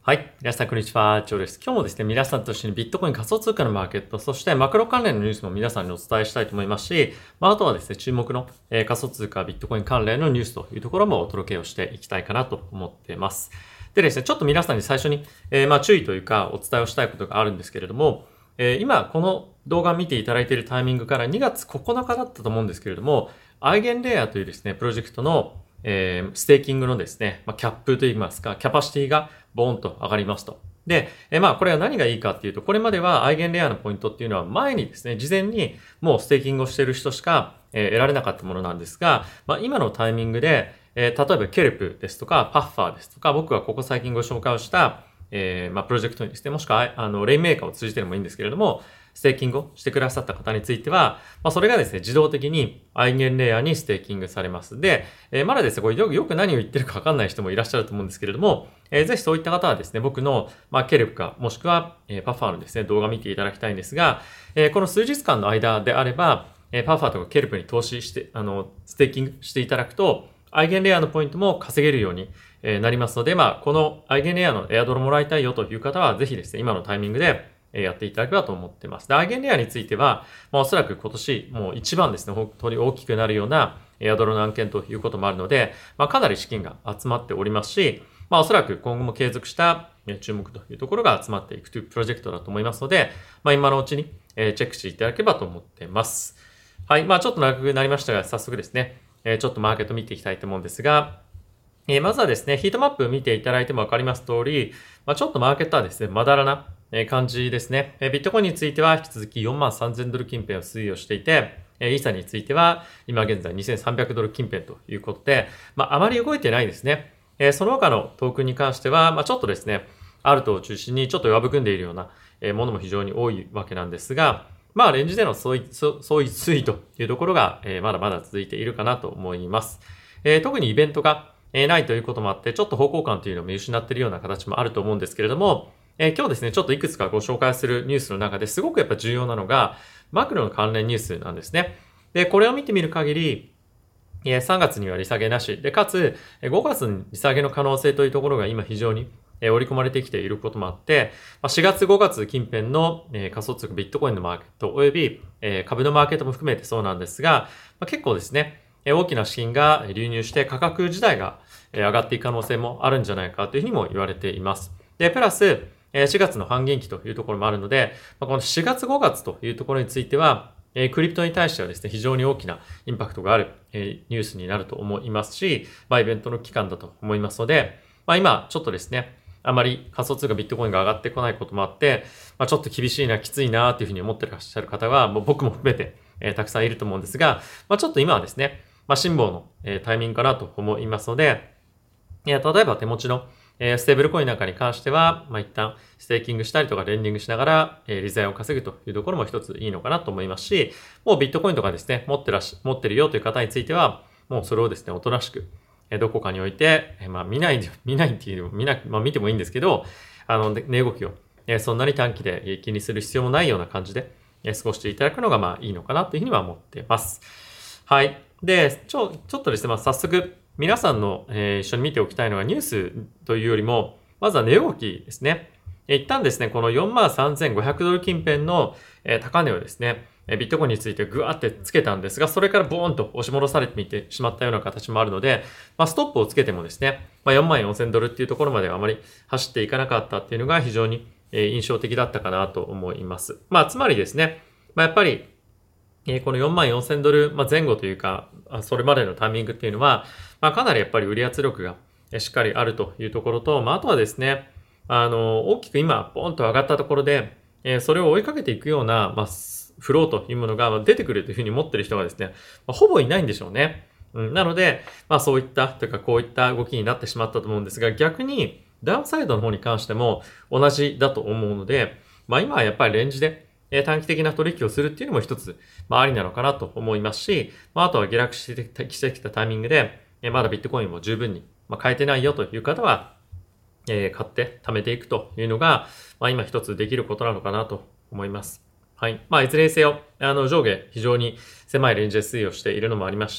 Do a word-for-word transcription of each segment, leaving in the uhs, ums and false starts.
はい。皆さん、こんにちは。ジョーです。今日もですね、皆さんと一緒にビットコイン仮想通貨のマーケット、そしてマクロ関連のニュースも皆さんにお伝えしたいと思いますし、まあ、あとはですね、注目の、えー、仮想通貨ビットコイン関連のニュースというところもお届けをしていきたいかなと思っています。でですね、ちょっと皆さんに最初に、えー、まあ注意というかお伝えをしたいことがあるんですけれども、えー、今この動画を見ていただいているタイミングからにがつここのかだったと思うんですけれども、アイゲンレイヤーというですね、プロジェクトのえー、ステーキングのですね、まあ、キャップといいますか、キャパシティがボーンと上がりますと。で、えー、まあ、これは何がいいかっていうと、これまではアイゲンレアのポイントっていうのは前にですね、事前にもうステーキングをしている人しか、えー、得られなかったものなんですが、まあ、今のタイミングで、えー、例えばケルプですとか、パッファーですとか、僕はここ最近ご紹介をした、えー、まあ、プロジェクトにですね、もしくは、あの、レインメーカーを通じてでもいいんですけれども、ステーキングをしてくださった方については、まあ、それがですね、自動的にアイゲンレイヤーにステーキングされます。で、えー、まだですね、これよく何を言ってるかわかんない人もいらっしゃると思うんですけれども、えー、ぜひそういった方はですね、僕の、まあ、ケルプか、もしくは、えー、パファーのですね、動画を見ていただきたいんですが、えー、この数日間の間であれば、えー、パファーとかケルプに投資して、あの、ステーキングしていただくと、アイゲンレイヤーのポイントも稼げるようになりますので、まあ、このアイゲンレイヤーのエアドロもらいたいよという方は、ぜひですね、今のタイミングでやっていただければと思っています。で、アイゲンレイヤーについては、まあ、おそらく今年もう一番ですね、本当に大きくなるようなエアドロの案件ということもあるので、まあ、かなり資金が集まっておりますし、まあ、おそらく今後も継続した注目というところが集まっていくというプロジェクトだと思いますので、まあ、今のうちにチェックしていただければと思っています。はい。まあ、ちょっと長くなりましたが、早速ですね、ちょっとマーケット見ていきたいと思うんですが、えー、まずはですね、ヒートマップ見ていただいてもわかります通り、まあ、ちょっとマーケットはですね、まだらな感じですね。ビットコインについては引き続きよんまんさんぜんドル近辺を推移をしていて、イーサについては今現在にせんさんびゃくドル近辺ということで、まあ、あまり動いてないですね。その他のトークンに関しては、まあ、ちょっとですね、アルトを中心にちょっと弱含んでいるようなものも非常に多いわけなんですが、まあ、レンジでの相違、相違推移というところがまだまだ続いているかなと思います。特にイベントがないということもあって、ちょっと方向感というのを見失っているような形もあると思うんですけれども、えー、今日ですね、ちょっといくつかご紹介するニュースの中ですごくやっぱ重要なのが、マクロの関連ニュースなんですね。で、これを見てみる限り、さんがつには利下げなし、で、かつ、ごがつに利下げの可能性というところが今非常に織り込まれてきていることもあって、しがつごがつ近辺の仮想通貨ビットコインのマーケットおよび株のマーケットも含めてそうなんですが、結構ですね、大きな資金が流入して価格自体が上がっていく可能性もあるんじゃないかというふうにも言われています。で、プラスしがつの半減期というところもあるので、このしがつごがつというところについては、クリプトに対してはですね、非常に大きなインパクトがあるニュースになると思いますし、まあイベントの期間だと思いますので、まあ今ちょっとですね、あまり仮想通貨ビットコインが上がってこないこともあって、まあちょっと厳しいな、きついなというふうに思ってらっしゃる方は、もう僕も含めて、えー、たくさんいると思うんですが、まあちょっと今はですね、まあ辛抱の、えー、タイミングかなと思いますので、いや例えば手持ちのえー、ステーブルコインなんかに関しては、まあ、一旦ステーキングしたりとかレンディングしながら、えー、利材を稼ぐというところも一ついいのかなと思いますし、もうビットコインとかですね、持ってらし、持ってるよという方については、もうそれをですね、おとなしく、えー、どこかに置いて、えー、まあ見ない、見ないっていうのも見な、まあ見てもいいんですけど、あの、値動きを、えー、そんなに短期で気にする必要もないような感じで、えー、過ごしていただくのがまあいいのかなというふうには思っています。はい。で、ちょ、ちょっとですね、まあ早速、皆さんの、えー、一緒に見ておきたいのがニュースというよりも、まずは値動きですね。一旦ですね、この よんまんさんぜんごひゃくドル近辺の高値をですね、ビットコインについてグワーってつけたんですが、それからボーンと押し戻されてみてしまったような形もあるので、まあ、ストップをつけてもですね、まあ、よんまんよんせんドルっていうところまではあまり走っていかなかったっていうのが非常に印象的だったかなと思います。まあ、つまりですね、まあ、やっぱりこの よんまんよんせんドル前後というか、それまでのタイミングっていうのは、まあ、かなりやっぱり売り圧力がしっかりあるというところと、まあ、あとはですね、あの、大きく今、ポンと上がったところで、それを追いかけていくような、まあ、フローというものが出てくるというふうに思っている人がですね、ほぼいないんでしょうね。うん、なので、まあ、そういった、というかこういった動きになってしまったと思うんですが、逆に、ダウンサイドの方に関しても同じだと思うので、まあ、今はやっぱりレンジで、短期的な取引をするっていうのも一つ、まあ、ありなのかなと思いますし、まあ、あとは下落してきたタイミングで、まだビットコインも十分に買えてないよという方は、買って貯めていくというのが、まあ、今一つできることなのかなと思います。はい。まあ、いずれにせよ、あの、上下非常に狭いレンジで推移をしているのもありますし、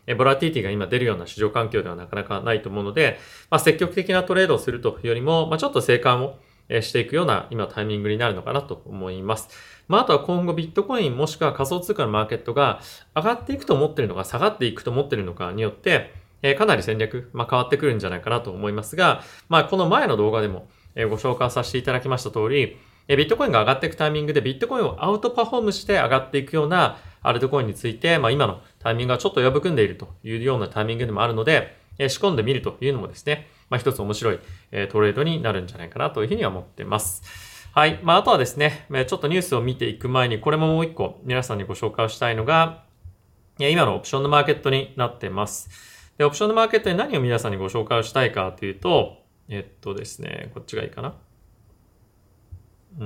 ボラティティが今出るような市場環境ではなかなかないと思うので、まあ、積極的なトレードをするというよりも、まあ、ちょっと静観をしていくような今タイミングになるのかなと思います。まあ、あとは今後ビットコインもしくは仮想通貨のマーケットが上がっていくと思っているのか下がっていくと思っているのかによって、えー、かなり戦略、まあ、変わってくるんじゃないかなと思いますが、まあ、この前の動画でもご紹介させていただきました通り、ビットコインが上がっていくタイミングでビットコインをアウトパフォームして上がっていくようなアルトコインについて、まあ、今のタイミングがちょっと破くんでいるというようなタイミングでもあるので、仕込んでみるというのもですね、まあ、一つ面白いトレードになるんじゃないかなというふうには思っています。はい。まあ、あとはですね、ちょっとニュースを見ていく前に、これももう一個皆さんにご紹介をしたいのが、今のオプションのマーケットになっています。で、オプションのマーケットに何を皆さんにご紹介をしたいかというと、えっとですね、こっちがいいかな。うん、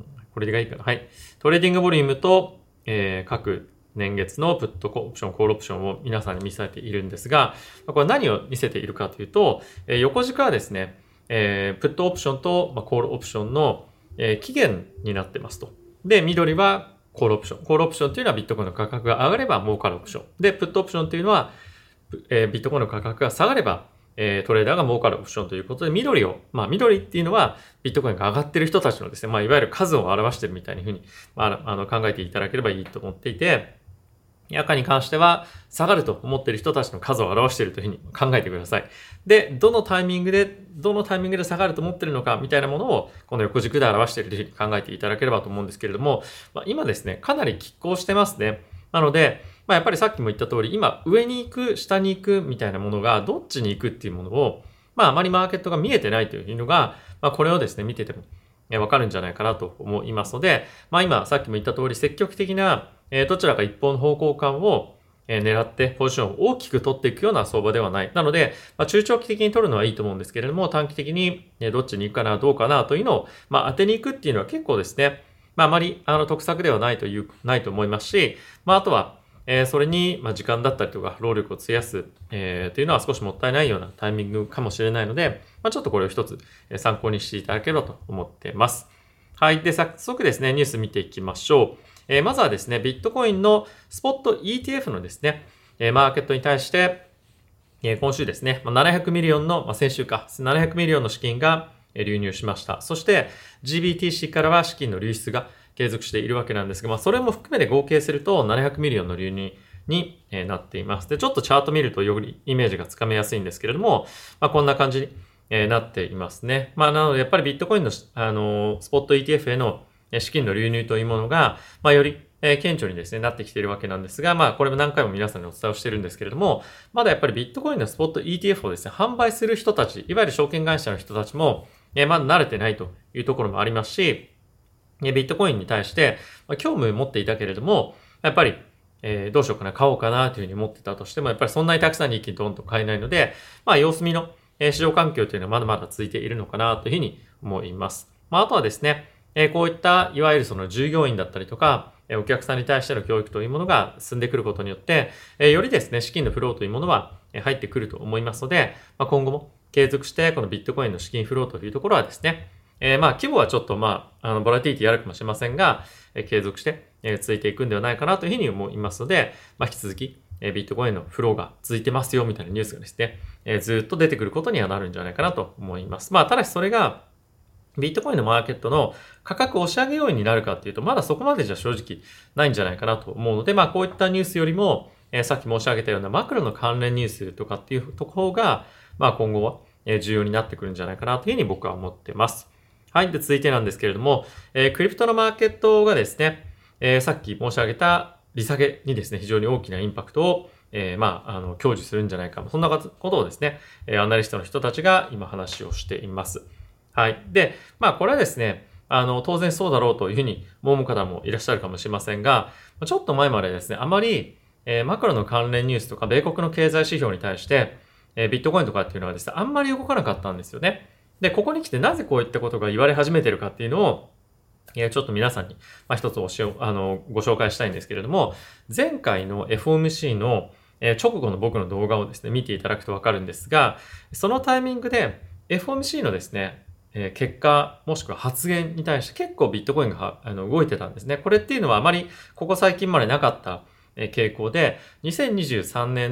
これがいいかな。はい。トレーディングボリュームと、えー、各年月のプットオプション、コールオプションを皆さんに見せているんですが、これ何を見せているかというと、えー、横軸はですね、えー、プットオプションと、まあ、コールオプションの、えー、期限になってますと。で、緑はコールオプション。コールオプションというのはビットコインの価格が上がれば儲かるオプション。で、プットオプションというのは、えー、ビットコインの価格が下がればえー、トレーダーが儲かるオプションということで、緑を、まあ緑っていうのはビットコインが上がっている人たちのですね、まあいわゆる数を表しているみたいなふうに、まあ、あの考えていただければいいと思っていて、赤に関しては下がると思っている人たちの数を表しているというふうに考えてください。で、どのタイミングで、どのタイミングで下がると思っているのかみたいなものをこの横軸で表しているというふうに考えていただければと思うんですけれども、まあ、今ですね、かなり拮抗してますね。なので、まあ、やっぱりさっきも言った通り、今上に行く、下に行くみたいなものがどっちに行くっていうものを、まああまりマーケットが見えてないというのが、まあこれをですね、見ててもわかるんじゃないかなと思いますので、まあ今さっきも言った通り積極的などちらか一方の方向感を狙ってポジションを大きく取っていくような相場ではない。なので、まあ、中長期的に取るのはいいと思うんですけれども、短期的にどっちに行くかな、どうかなというのを、まあ当てに行くっていうのは結構ですね、まああまりあの得策ではないという、ないと思いますし、まああとは、えー、それに、まあ、時間だったりとか労力を費やす、えー、というのは少しもったいないようなタイミングかもしれないので、まあ、ちょっとこれを一つ参考にしていただければと思っています。はい。で、早速ですね、ニュース見ていきましょう。えー、まずはですね、ビットコインのスポット イーティーエフ のですね、えー、マーケットに対して、えー、今週ですね、ななひゃくミリオンの、まあ、先週か、ななひゃくミリオンの資金が流入しました。そして、ジービーティーシー からは資金の流出が継続しているわけなんですが、まあ、それも含めて合計するとななひゃくミリオンの流入になっています。で、ちょっとチャート見るとよりイメージがつかめやすいんですけれども、まあ、こんな感じになっていますね。まあ、なので、やっぱりビットコインの、あの、スポット イーティーエフ への資金の流入というものが、まあ、より顕著にですね、なってきているわけなんですが、まあ、これも何回も皆さんにお伝えをしているんですけれども、まだやっぱりビットコインのスポット イーティーエフ をですね、販売する人たち、いわゆる証券会社の人たちも、まだ慣れてないというところもありますし、ビットコインに対して、興味を持っていたけれども、やっぱり、えー、どうしようかな、買おうかなというふうに思ってたとしても、やっぱりそんなにたくさんに一気にドンと買えないので、まあ様子見の市場環境というのはまだまだ続いているのかなというふうに思います。まああとはですね、えー、こういったいわゆるその従業員だったりとか、お客さんに対しての教育というものが進んでくることによって、えー、よりですね、資金のフローというものは入ってくると思いますので、まあ、今後も継続してこのビットコインの資金フローというところはですね、えー、まあ規模はちょっとまあ、あの、ボラティリティあるかもしれませんが、えー、継続して、えー、続いていくんではないかなというふうに思いますので、まあ引き続き、えー、ビットコインのフローが続いてますよみたいなニュースがですね、えー、ずっと出てくることにはなるんじゃないかなと思います。まあただしそれが、ビットコインのマーケットの価格を押し上げ要因になるかっていうと、まだそこまでじゃ正直ないんじゃないかなと思うので、まあこういったニュースよりも、えー、さっき申し上げたようなマクロの関連ニュースとかっていうところが、まあ今後は重要になってくるんじゃないかなというふうに僕は思ってます。はい。で、続いてなんですけれども、えー、クリプトのマーケットがですね、えー、さっき申し上げた利下げにですね、非常に大きなインパクトを、えー、まあ、あの、享受するんじゃないか。そんなことをですね、アナリストの人たちが今話をしています。はい。で、まあ、これはですね、あの、当然そうだろうというふうに思う方もいらっしゃるかもしれませんが、ちょっと前までですね、あまり、えー、マクロの関連ニュースとか、米国の経済指標に対して、えー、ビットコインとかっていうのはですね、あんまり動かなかったんですよね。で、ここに来てなぜこういったことが言われ始めているかっていうのを、えー、ちょっと皆さんに、まあ、一つおしあのご紹介したいんですけれども、前回の エフオーエムシー の直後の僕の動画をですね、見ていただくとわかるんですが、そのタイミングで エフオーエムシー のですね、結果もしくは発言に対して結構ビットコインがあの動いてたんですね。これっていうのはあまりここ最近までなかった傾向で、にせんにじゅうさんねんの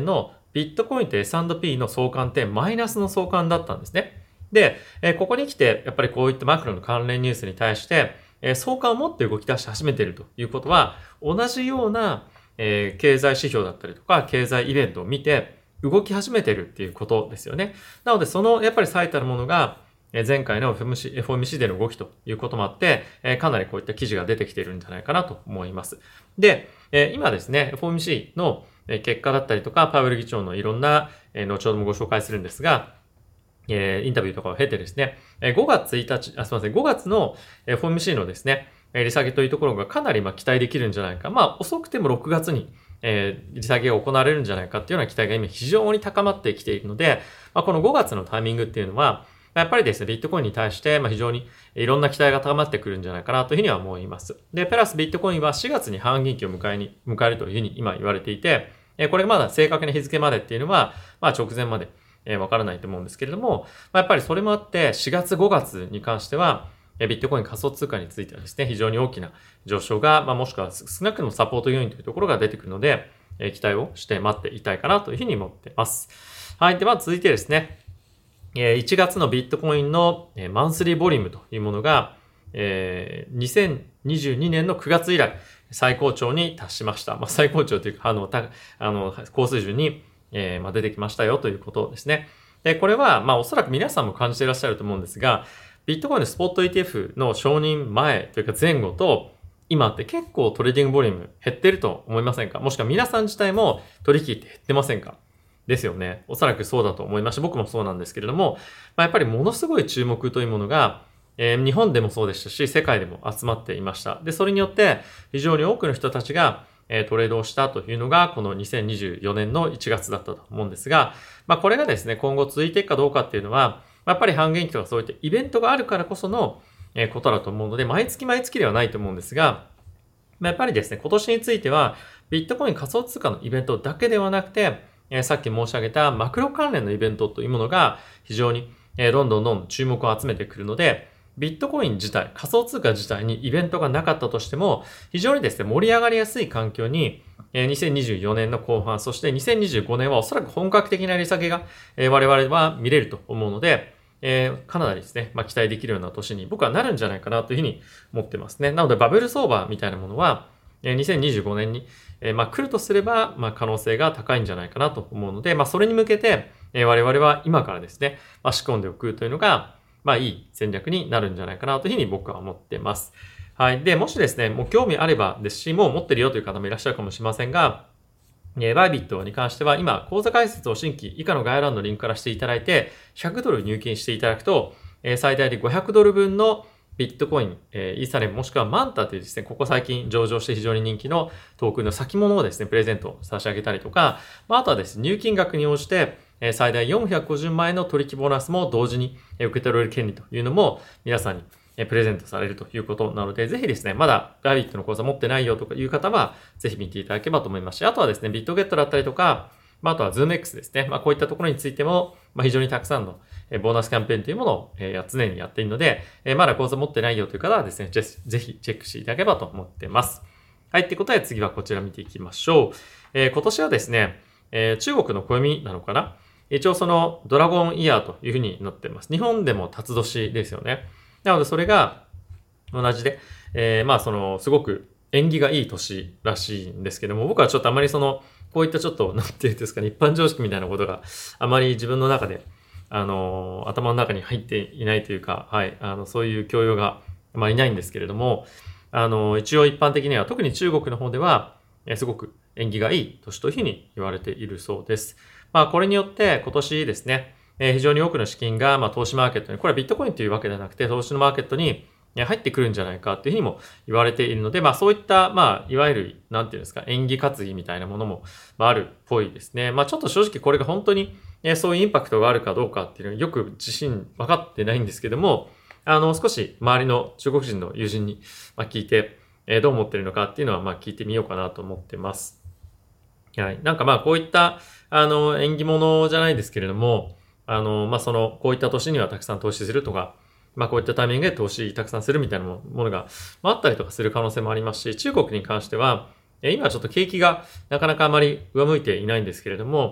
ビットコインと エスアンドピー の相関ってマイナスの相関だったんですね。で、えー、ここに来て、やっぱりこういったマクロの関連ニュースに対して、えー、相関を持って動き出し始めているということは、同じような、えー、経済指標だったりとか、経済イベントを見て、動き始めているっていうことですよね。なので、その、やっぱり最たるものが、前回の エフオーエムシー, エフオーエムシー での動きということもあって、かなりこういった記事が出てきているんじゃないかなと思います。で、今ですね、エフオーエムシー の結果だったりとか、パウエル議長のいろんな、後ほどもご紹介するんですが、インタビューとかを経てですね、ごがつついたち、あ、すみません、ごがつの エフオーエムシー のですね、利下げというところがかなりまあ期待できるんじゃないか。まあ、遅くてもろくがつにえー、利下げが行われるんじゃないかっていうような期待が今非常に高まってきているので、まあ、このごがつのタイミングっていうのは、やっぱりですね、ビットコインに対して、まあ、非常にいろんな期待が高まってくるんじゃないかなというふうには思います。で、プラスビットコインはしがつに半減期を迎えに、迎えるというふうに今言われていて、これまだ正確な日付までっていうのは、まあ直前までわからないと思うんですけれども、やっぱりそれもあってしがつごがつに関しては、ビットコイン仮想通貨についてはですね、非常に大きな上昇が、まあ、もしくは少なくともサポート要因というところが出てくるので、期待をして待っていたいかなというふうに思っています。はい。では続いてですね、いちがつのビットコインのマンスリーボリュームというものが、にせんにじゅうにねんのくがつ以来最高潮に達しました。まあ、最高潮というか、あの、たあの高水準に、えーまあ、出てきましたよということですね。で、これは、まあ、おそらく皆さんも感じていらっしゃると思うんですが、ビットコインのスポット イーティーエフ の承認前というか前後と、今って結構トレーディングボリューム減ってると思いませんか？もしくは皆さん自体も取引って減ってませんか？ですよね。おそらくそうだと思いますし、僕もそうなんですけれども、まあ、やっぱりものすごい注目というものが、えー、日本でもそうでしたし、世界でも集まっていました。で、それによって非常に多くの人たちが、えー、トレードをしたというのが、このにせんにじゅうよねんのいちがつだったと思うんですが、まあ、これがですね、今後続いていくかどうかっていうのは、やっぱり半減期とかそういったイベントがあるからこそのことだと思うので、毎月毎月ではないと思うんですが、やっぱりですね、今年については、ビットコイン仮想通貨のイベントだけではなくて、さっき申し上げたマクロ関連のイベントというものが非常にどんどんどんどん注目を集めてくるので、ビットコイン自体、仮想通貨自体にイベントがなかったとしても、非常にですね、盛り上がりやすい環境に、にせんにじゅうよねんの後半、そしてにせんにじゅうごねんはおそらく本格的な利下げが我々は見れると思うので、えー、かなりですね、まあ、期待できるような年に僕はなるんじゃないかなというふうに思ってますね。なのでバブル相場みたいなものは、にせんにじゅうごねんに、えー、まあ、来るとすれば、まあ、可能性が高いんじゃないかなと思うので、まあ、それに向けて、えー、我々は今からですね、まあ、仕込んでおくというのが、まあ、いい戦略になるんじゃないかなというふうに僕は思ってます。はい。で、もしですね、もう興味あればですし、もう持ってるよという方もいらっしゃるかもしれませんが、バイビットに関しては今、口座開設を新規以下の概要欄のリンクからしていただいて、ひゃくドル入金していただくと、最大でごひゃくドル分のビットコイン、イーサレムもしくはマンタというですね、ここ最近上場して非常に人気のトークンの先物をですね、プレゼント差し上げたりとか、あとはですね、入金額に応じて、最大よんひゃくごじゅうまんえんの取引ボーナスも同時に受け取れる権利というのも皆さんにプレゼントされるということなので、ぜひですね、まだバイビットの口座持ってないよとかいう方は、ぜひ見ていただければと思いますし、あとはですね、ビットゲットだったりとか、まあ、あとは ズームエックス ですね。まあ、こういったところについても、まあ、非常にたくさんのボーナスキャンペーンというものを常にやっているので、まだ口座持ってないよという方はですね、ぜひチェックしていただければと思っています。はい、ということで次はこちら見ていきましょう。えー、今年はですね、えー、中国の暦なのかな？一応そのドラゴンイヤーというふうになっています。日本でも辰年ですよね。なのでそれが同じで、えー、まあそのすごく縁起がいい年らしいんですけども、僕はちょっとあまりその、こういったちょっと、なんていうんですかね、一般常識みたいなことがあまり自分の中で、あの、頭の中に入っていないというか、はい、あの、そういう教養があまりないんですけれども、あの、一応一般的には、特に中国の方では、えすごく縁起がいい年というふうに言われているそうです。まあ、これによって今年ですね、え非常に多くの資金が、まあ、投資マーケットに、これはビットコインというわけではなくて、投資のマーケットに入ってくるんじゃないかというふうにも言われているので、まあそういった、まあいわゆる、なんていうんですか、縁起担ぎみたいなものもあるっぽいですね。まあちょっと正直これが本当にそういうインパクトがあるかどうかっていうのはよく自信分かってないんですけども、あの少し周りの中国人の友人に聞いて、どう思ってるのかっていうのはまあ聞いてみようかなと思ってます。はい。なんかまあこういった、あの縁起物じゃないですけれども、あの、まあその、こういった年にはたくさん投資するとか、まあこういったタイミングで投資たくさんするみたいなものがあったりとかする可能性もありますし、中国に関しては、今ちょっと景気がなかなかあまり上向いていないんですけれども、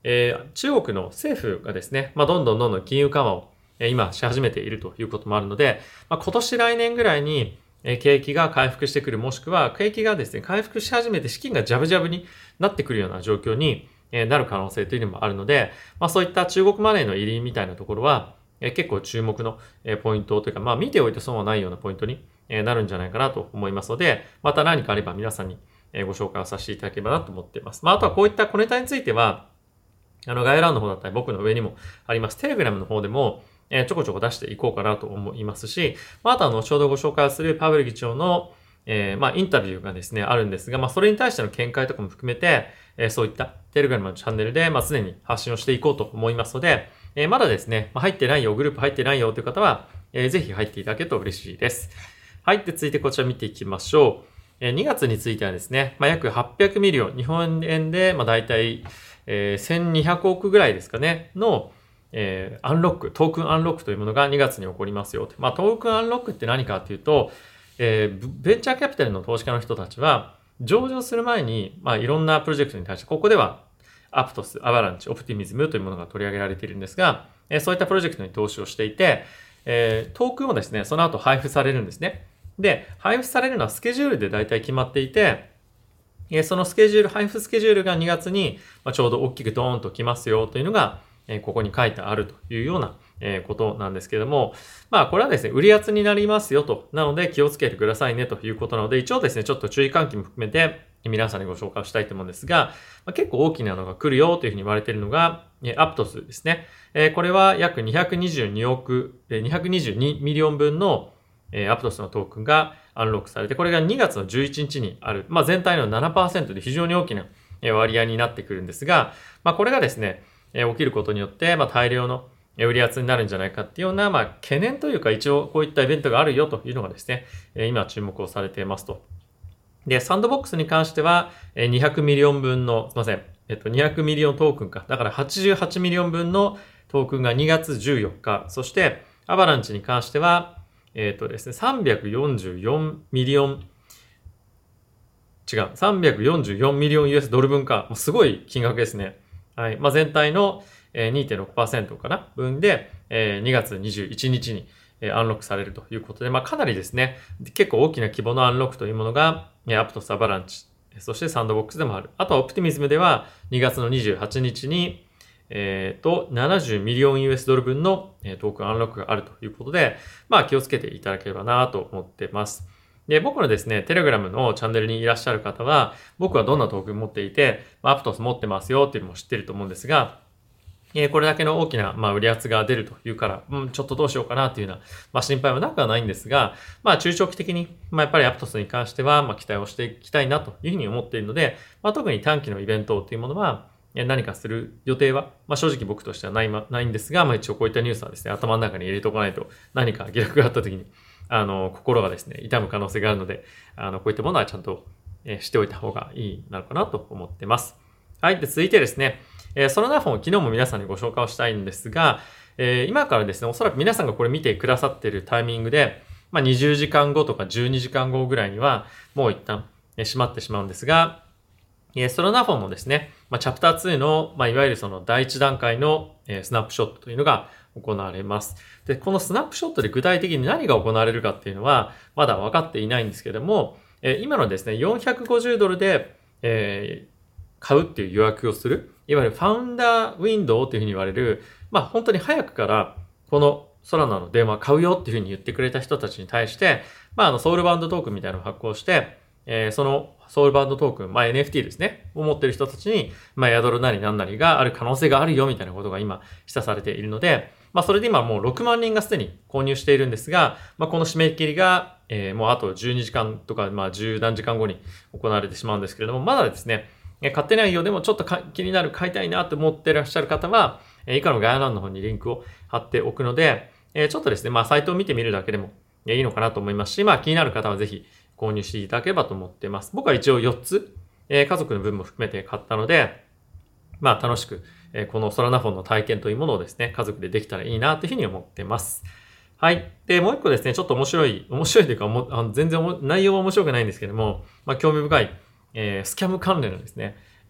えー、中国の政府がですね、まあ、どんどんどんどん金融緩和を、えー、今し始めているということもあるので、まあ、今年来年ぐらいに、えー、景気が回復してくる、もしくは景気がですね、回復し始めて資金がジャブジャブになってくるような状況に、えー、なる可能性というのもあるので、まあ、そういった中国マネーの入りみたいなところは、えー、結構注目の、えー、ポイントというか、まあ見ておいて損はないようなポイントに、えー、なるんじゃないかなと思いますので、また何かあれば皆さんにご紹介をさせていただければなと思っています。まあ、あとはこういった小ネタについては、あの概要欄の方だったり僕の上にもあります。テレグラムの方でも、えー、ちょこちょこ出していこうかなと思いますし、まあ、あとは後ほどご紹介するパウエル議長の、えー、まあ、インタビューがですね、あるんですが、まあ、それに対しての見解とかも含めて、えー、そういったテレグラムのチャンネルで、まあ、常に発信をしていこうと思いますので、えー、まだですね、まあ、入ってないよ、グループ入ってないよという方は、えー、ぜひ入っていただけると嬉しいです。はい。で、続いてこちら見ていきましょう。にがつについてはですね、まあ、約はっぴゃくミリオン、日本円で、まあ、大体、えー、せんにひゃくおくぐらいですかね、の、えー、アンロック、トークンアンロックというものがにがつに起こりますよ。まあ、トークンアンロックって何かっていうと、えー、ベンチャーキャピタルの投資家の人たちは、上場する前に、まあ、いろんなプロジェクトに対して、ここでは、アプトス、アバランチ、オプティミズムというものが取り上げられているんですが、えー、そういったプロジェクトに投資をしていて、えー、トークンをですね、その後配布されるんですね。で、配布されるのはスケジュールで大体決まっていて、そのスケジュール、配布スケジュールがにがつにちょうど大きくドーンと来ますよというのが、ここに書いてあるというようなことなんですけども、まあこれはですね、売り圧になりますよと。なので気をつけてくださいねということなので、一応ですね、ちょっと注意喚起も含めて皆さんにご紹介をしたいと思うんですが、結構大きなのが来るよというふうに言われているのが、アプトスですね。これは約にひゃくにじゅうにおく、にひゃくにじゅうにミリオン分のアプトスのトークンがアンロックされて、これがにがつのじゅういちにちにある、まあ、全体の ななパーセント で非常に大きな割合になってくるんですが、まあ、これがですね、起きることによって、まあ、大量の売り圧になるんじゃないかっていうような、まあ、懸念というか、一応こういったイベントがあるよというのがですね、今注目をされていますと。で、サンドボックスに関しては、にひゃくミリオン分の、すいません、えっと、にひゃくミリオントークンか。だからはちじゅうはちミリオン分のトークンがにがつじゅうよっか。そして、アバランチに関しては、えっとですね、さんびゃくよんじゅうよんミリオン、違う、さんびゃくよんじゅうよんミリオン ユーエス ドル分か。もうすごい金額ですね。はい。まあ、全体の にてんろくパーセント かな分で、にがつにじゅういちにちにアンロックされるということで、まあ、かなりですね、結構大きな規模のアンロックというものが、アプトスアバランチ、そしてサンドボックスでもある。あとはオプティミズムではにがつのにじゅうはちにちに、えっと、ななじゅうミリオン ユーエス ドル分のトークンアンロックがあるということで、まあ気をつけていただければなと思っています。で、僕のですね、テレグラムのチャンネルにいらっしゃる方は、僕はどんなトークン持っていて、アプトス持ってますよっていうのも知ってると思うんですが、これだけの大きな、まあ、売り圧が出るというから、うん、ちょっとどうしようかなというような、まあ、心配はなくはないんですが、まあ、中長期的に、まあ、やっぱりアプトスに関しては、まあ、期待をしていきたいなというふうに思っているので、まあ、特に短期のイベントというものは、何かする予定は、まあ、正直僕としてはない、ま、ないんですが、まあ、一応こういったニュースはですね、頭の中に入れておかないと、何か下落があった時に、あの、心がですね、痛む可能性があるので、あの、こういったものはちゃんと、えー、しておいた方がいいなのかなと思ってます。はい。で、続いてですね、えー、ソラナフォン、昨日も皆さんにご紹介をしたいんですが、えー、今からですね、おそらく皆さんがこれ見てくださっているタイミングで、まあ、にじゅうじかんごとかじゅうにじかんごぐらいには、もう一旦、えー、閉まってしまうんですが、ソラナフォンのですね、まあ、チャプターツーの、まあ、いわゆるその第一段階の、えー、スナップショットというのが行われます。で、このスナップショットで具体的に何が行われるかっていうのは、まだ分かっていないんですけども、えー、今のですね、よんひゃくごじゅうドルで、えー、買うっていう予約をする、いわゆるファウンダーウィンドウというふうに言われる、まあ、本当に早くから、このソラナの電話買うよっていうふうに言ってくれた人たちに対して、まあ、あの、ソウルバンドトークンみたいなのを発行して、えー、そのソウルバンドトークン、まあ エヌエフティー ですね、を持っている人たちに、まあ宿るなりなんなりがある可能性があるよみたいなことが今、示唆されているので、まあそれで今もうろくまんにんがすでに購入しているんですが、まあこの締め切りが、えー、もうあとじゅうにじかんとか、まあじゅうなんじかんごに行われてしまうんですけれども、まだですね、買ってないようでもちょっと気になる、買いたいなと思っていらっしゃる方は、以下の概要欄の方にリンクを貼っておくので、ちょっとですね、まあサイトを見てみるだけでもいいのかなと思いますし、まあ気になる方はぜひ購入していただければと思っています。僕は一応よっつ、えー、家族の分も含めて買ったので、まあ楽しく、えー、このソラナフォンの体験というものをですね、家族でできたらいいなというふうに思っています。はい。で、もう一個ですね、ちょっと面白い、面白いというか、もあの全然内容は面白くないんですけども、まあ興味深い、えー、スキャム関連のですね、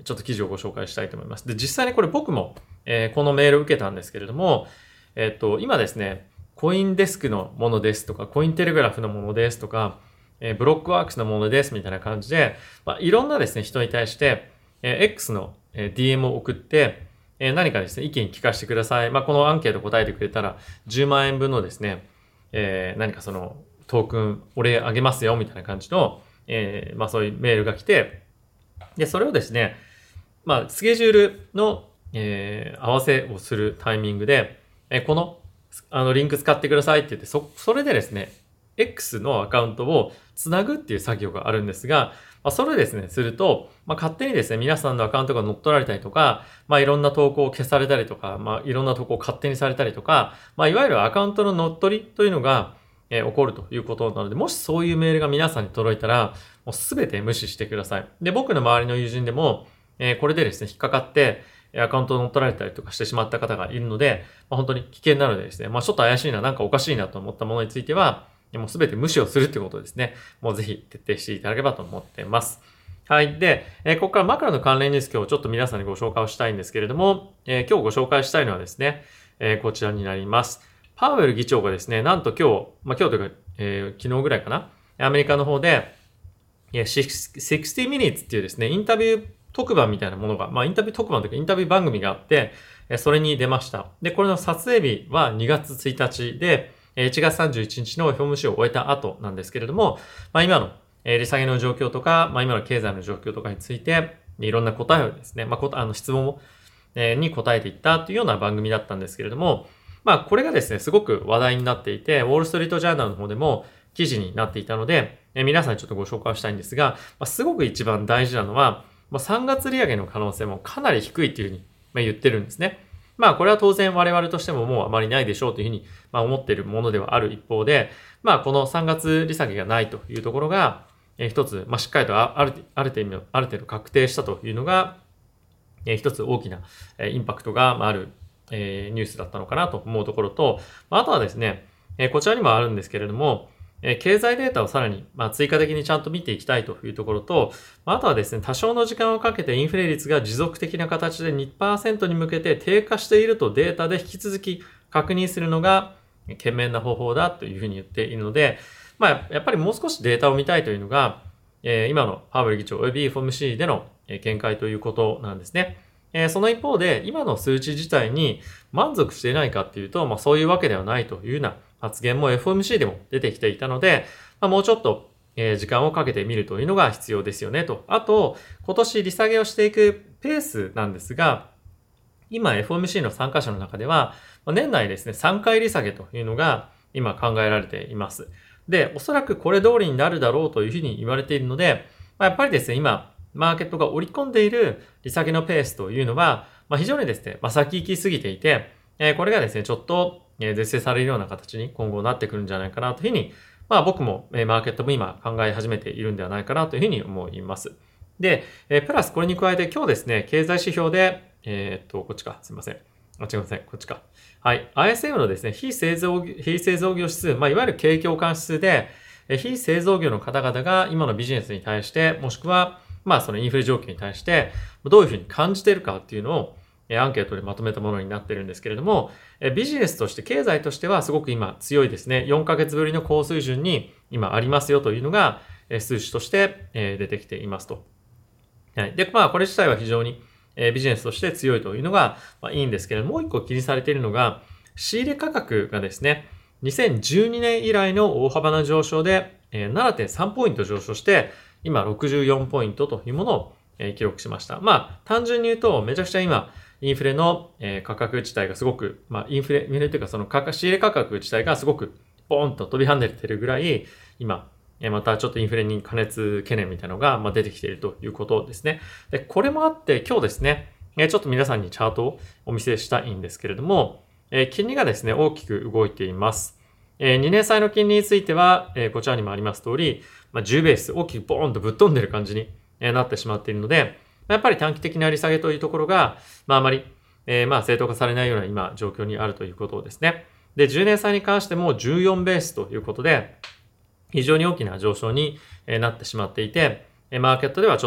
ちょっと記事をご紹介したいと思います。で、実際にこれ僕も、えー、このメールを受けたんですけれども、えっと、今ですね、コインデスクのものですとか、コインテレグラフのものですとか、えー、ブロックワークスのものですみたいな感じで、まあ、いろんなですね、人に対して、えー、X の ディーエム を送って、えー、何かですね、意見聞かせてください。まあ、このアンケート答えてくれたら、じゅうまんえんぶんのですね、えー、何かその、トークン、お礼あげますよ、みたいな感じの、えー、まあ、そういうメールが来て、で、それをですね、まあ、スケジュールの、えー、合わせをするタイミングで、えー、この、あの、リンク使ってくださいって言って、そ、それでですね、X のアカウントをつなぐっていう作業があるんですが、まあ、それですね、すると、まあ、勝手にですね、皆さんのアカウントが乗っ取られたりとか、まあ、いろんな投稿を消されたりとか、まあ、いろんな投稿を勝手にされたりとか、まあ、いわゆるアカウントの乗っ取りというのが、えー、起こるということなので、もしそういうメールが皆さんに届いたら、もうすべて無視してください。で、僕の周りの友人でも、えー、これでですね、引っかかって、アカウントを乗っ取られたりとかしてしまった方がいるので、まあ、本当に危険なのでですね、まあ、ちょっと怪しいな、なんかおかしいなと思ったものについては、もうすべて無視をするってことですね。もうぜひ徹底していただければと思っています。はい。で、えー、ここからマクロの関連ニュース今日ちょっと皆さんにご紹介をしたいんですけれども、えー、今日ご紹介したいのはですね、えー、こちらになります。パウエル議長がですね、なんと今日、まあ、今日というか、えー、昨日ぐらいかな、アメリカの方で、いや、ろくじゅうミニッツっていうですね、インタビュー特番みたいなものが、まあインタビュー特番というかインタビュー番組があって、それに出ました。で、これの撮影日はにがつついたちで、いちがつさんじゅういちにちの エフオーエムシー を終えた後なんですけれども、まあ今の利下げの状況とか、まあ今の経済の状況とかについて、いろんな答えをですね、まああの質問に答えていったというような番組だったんですけれども、まあこれがですね、すごく話題になっていて、ウォールストリートジャーナルの方でも記事になっていたので、皆さんにちょっとご紹介したいんですが、まあ、すごく一番大事なのは、まあ、さんがつ利上げの可能性もかなり低いっていうふうに言ってるんですね。まあこれは当然我々としてももうあまりないでしょうというふうに思っているものではある一方で、まあこのさんがつ利下げがないというところが、一つ、まあしっかりとある、ある程度、ある程度確定したというのが、一つ大きなインパクトがあるニュースだったのかなと思うところと、あとはですね、こちらにもあるんですけれども、経済データをさらに、まあ、追加的にちゃんと見ていきたいというところと、あとはですね、多少の時間をかけてインフレ率が持続的な形で にパーセント に向けて低下しているとデータで引き続き確認するのが賢明な方法だというふうに言っているので、まあ、やっぱりもう少しデータを見たいというのが、今のパウエル議長および エフオーエムシー での見解ということなんですね。その一方で、今の数値自体に満足していないかっていうと、まあそういうわけではないというような発言も エフオーエムシー でも出てきていたので、まあ、もうちょっと時間をかけてみるというのが必要ですよねと。あと、今年利下げをしていくペースなんですが、今 エフオーエムシー の参加者の中では、年内ですね、さんかい利下げというのが今考えられています。で、おそらくこれ通りになるだろうというふうに言われているので、まあ、やっぱりですね、今、マーケットが織り込んでいる利下げのペースというのは、まあ、非常にですね、まあ、先行きすぎていて、これがですね、ちょっと是正されるような形に今後なってくるんじゃないかなというふうに、まあ僕もマーケットも今考え始めているんではないかなというふうに思います。で、プラスこれに加えて今日ですね、経済指標で、えー、っと、こっちか、すいません。あ、違いません。こっちか。はい。アイエスエム のですね、非製造、非製造業指数、まあいわゆる景況感指数で、非製造業の方々が今のビジネスに対して、もしくは、まあそのインフレ状況に対して、どういうふうに感じているかっていうのを、アンケートでまとめたものになっているんですけれども、ビジネスとして、経済としてはすごく今強いですね。よんかげつぶりの高水準に今ありますよというのが、数値として出てきていますと。はい。で、まあこれ自体は非常にビジネスとして強いというのがいいんですけれども、もう一個気にされているのが、仕入れ価格がですね、にせんじゅうにねん以来の大幅な上昇で ななてんさんポイント上昇して、今ろくじゅうよんポイントというものを記録しました。まあ単純に言うとめちゃくちゃ今、インフレの価格自体がすごく、まあインフレ、インフレというかその価格、仕入れ価格自体がすごくボーンと飛び跳ねてるぐらい、今、またちょっとインフレに過熱懸念みたいなのが出てきているということですね。で、これもあって今日ですね、ちょっと皆さんにチャートをお見せしたいんですけれども、金利がですね、大きく動いています。にねん債の金利については、こちらにもあります通り、じゅうベース大きくボーンとぶっ飛んでる感じになってしまっているので、やっぱり短期的な利下げというところが、まああまり、えー、まあ正当化されないような今状況にあるということですね。で、じゅうねん債に関してもじゅうよんベースということで、非常に大きな上昇になってしまっていて、マーケットではちょっと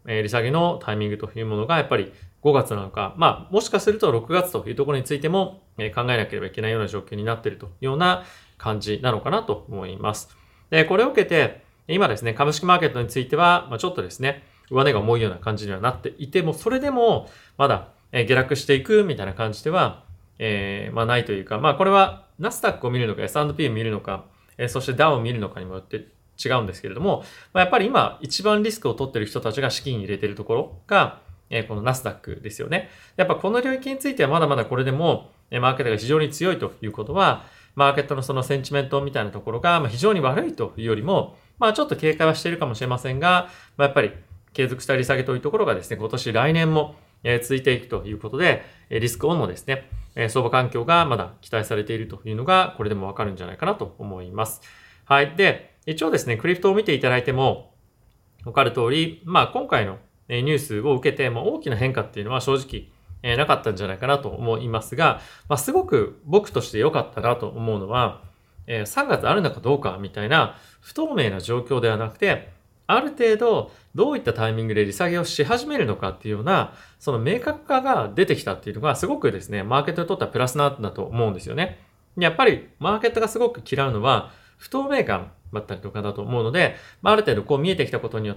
えー、利下げのタイミングというものがやっぱりごがつなのか、まあもしかするとろくがつというところについても、えー、考えなければいけないような状況になっているというような感じなのかなと思います。で、これを受けて、今ですね、株式マーケットについては、まあ、ちょっとですね、上値が重いような感じにはなっていても、それでもまだ下落していくみたいな感じでは、えー、まあないというか、まあこれはナスダックを見るのか エスアンドピー を見るのか、えー、そしてダウを見るのかにもよって違うんですけれども、まあ、やっぱり今一番リスクを取っている人たちが資金入れているところが、えー、このナスダックですよね。やっぱこの領域についてはまだまだこれでも、マーケットが非常に強いということは、マーケットのそのセンチメントみたいなところが非常に悪いというよりも、まあちょっと警戒はしているかもしれませんが、まあ、やっぱり継続した利下げというところがですね、今年来年も続いていくということで、リスクオンのですね、相場環境がまだ期待されているというのが、これでもわかるんじゃないかなと思います。はい。で、一応ですね、クリプトを見ていただいても、わかる通り、まあ今回のニュースを受けて、まあ、大きな変化っていうのは正直、えー、なかったんじゃないかなと思いますが、まあ、すごく僕として良かったなと思うのは、えー、さんがつあるのかどうかみたいな不透明な状況ではなくて、ある程度どういったタイミングで利下げをし始めるのかっていうような、その明確化が出てきたっていうのがすごくですね、マーケットにとってはプラスなんだと思うんですよね。やっぱりマーケットがすごく嫌うのは不透明感だったりとかだと思うので、まあ、ある程度こう見えてきたことによって、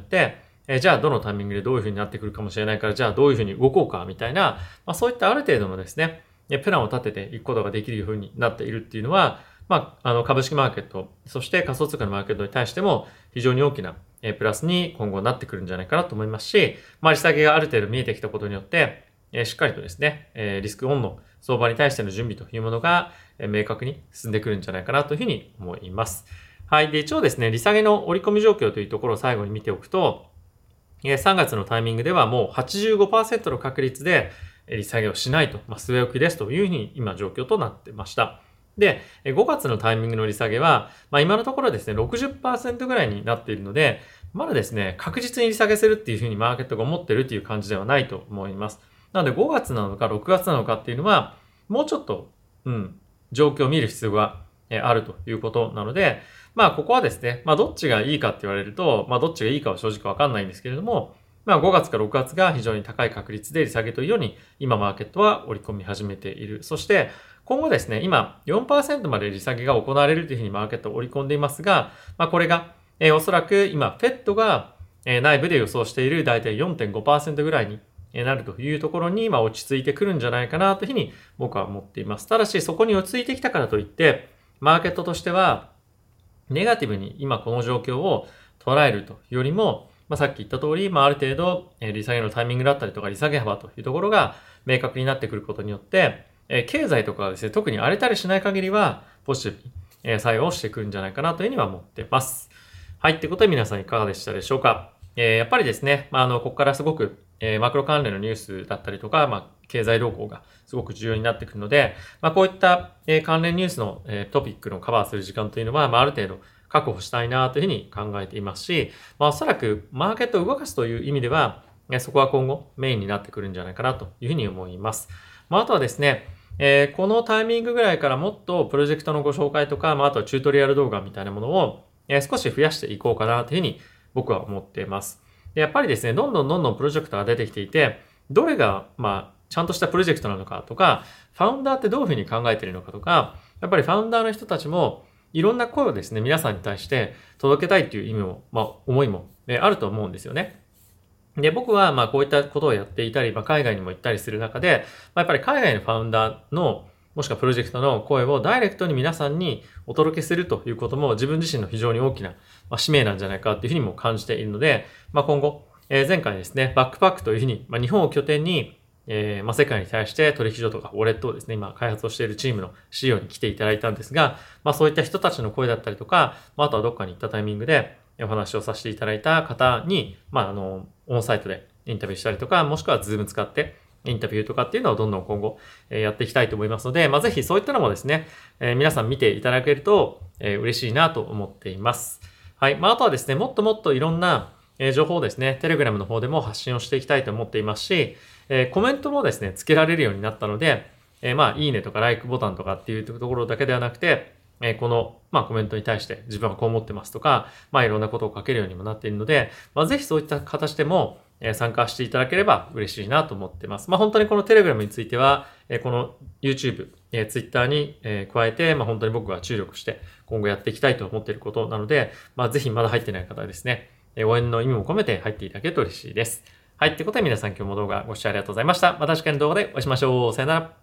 えー、じゃあどのタイミングでどういう風になってくるかもしれないから、じゃあどういう風に動こうかみたいな、まあ、そういったある程度のですね、プランを立てていくことができる風になっているっていうのは、まあ、あの株式マーケット、そして仮想通貨のマーケットに対しても非常に大きなプラスに今後なってくるんじゃないかなと思いますし、まあ、利下げがある程度見えてきたことによって、しっかりとですね、リスクオンの相場に対しての準備というものが明確に進んでくるんじゃないかなというふうに思います。はい。で、一応ですね、利下げの織り込み状況というところを最後に見ておくと、さんがつのタイミングではもう はちじゅうごパーセント の確率で利下げをしないと、まあ、据え置きですというふうに今状況となってました。で、ごがつのタイミングの利下げは、まあ、今のところですね、ろくじゅっパーセント ぐらいになっているので、まだですね、確実に利下げするっていうふうにマーケットが思ってるっていう感じではないと思います。なのでごがつなのかろくがつなのかっていうのは、もうちょっと、うん、状況を見る必要があるということなので、まあここはですね、まあどっちがいいかって言われると、まあどっちがいいかは正直わかんないんですけれども、まあごがつかろくがつが非常に高い確率で利下げというように今マーケットは織り込み始めている。そして今後ですね、今 よんパーセント まで利下げが行われるというふうにマーケットを織り込んでいますが、まあこれが、えー、おそらく今 フェット が、えー、内部で予想しているだいたい よんてんごパーセント ぐらいになるというところに今落ち着いてくるんじゃないかなというふうに僕は思っています。ただしそこに落ち着いてきたからといって、マーケットとしてはネガティブに今この状況を捉えるというよりも、まあ、さっき言った通り、まあ、ある程度、えー、利下げのタイミングだったりとか利下げ幅というところが明確になってくることによって、えー、経済とかがですね、特に荒れたりしない限りはポジティブに、えー、作用してくるんじゃないかなというふうには思っています。はい、ということで皆さんいかがでしたでしょうか。えー、やっぱりですね、まあ、あの、ここからすごく、えー、マクロ関連のニュースだったりとか、まあ、経済動向がすごく重要になってくるので、まあ、こういった、えー、関連ニュースの、えー、トピックのカバーする時間というのは、まあ、ある程度確保したいなというふうに考えていますし、まあ、おそらくマーケットを動かすという意味では、そこは今後メインになってくるんじゃないかなというふうに思います。まあ、あとはですね、えー、このタイミングぐらいからもっとプロジェクトのご紹介とか、まあ、あとはチュートリアル動画みたいなものを、えー、少し増やしていこうかなというふうに僕は思っています。でやっぱりですね、どんどんどんどんプロジェクトが出てきていて、どれが、まあ、ちゃんとしたプロジェクトなのかとか、ファウンダーってどういうふうに考えているのかとか、やっぱりファウンダーの人たちも、いろんな声をですね、皆さんに対して届けたいっていう意味も、まあ、思いも、ね、あると思うんですよね。で、僕は、まあ、こういったことをやっていたり、まあ、海外にも行ったりする中で、まあ、やっぱり海外のファウンダーの、もしくはプロジェクトの声をダイレクトに皆さんにお届けするということも自分自身の非常に大きな使命なんじゃないかっていうふうにも感じているので、まあ、今後、えー、前回ですね、バックパックというふうに、まあ、日本を拠点に、えーまあ、世界に対して取引所とかウォレットをですね、今開発をしているチームの シーイーオー に来ていただいたんですが、まあ、そういった人たちの声だったりとか、まあ、あとはどっかに行ったタイミングでお話をさせていただいた方に、まあ、あの、オンサイトでインタビューしたりとか、もしくはズーム使ってインタビューとかっていうのをどんどん今後やっていきたいと思いますので、まあ、ぜひそういったのもですね、えー、皆さん見ていただけると、えー、嬉しいなと思っています。はい。まあ、あとはですね、もっともっといろんな情報をですね、テレグラムの方でも発信をしていきたいと思っていますし、えー、コメントもですね、つけられるようになったので、えー、まあ、いいねとか、ライクボタンとかっていうところだけではなくて、えー、この、まあ、コメントに対して自分はこう思ってますとか、まあ、いろんなことを書けるようにもなっているので、まあ、ぜひそういった形でも、 えー、参加していただければ嬉しいなと思ってます。まあ、本当にこの Telegram については、えー、この YouTube、えー、Twitter に、えー、加えて、まあ、本当に僕が注力して今後やっていきたいと思っていることなので、まあ、ぜひまだ入ってない方はですね、えー、応援の意味も込めて入っていただけると嬉しいです。はい。ということで皆さん今日も動画ご視聴ありがとうございました。また次回の動画でお会いしましょう。さよなら。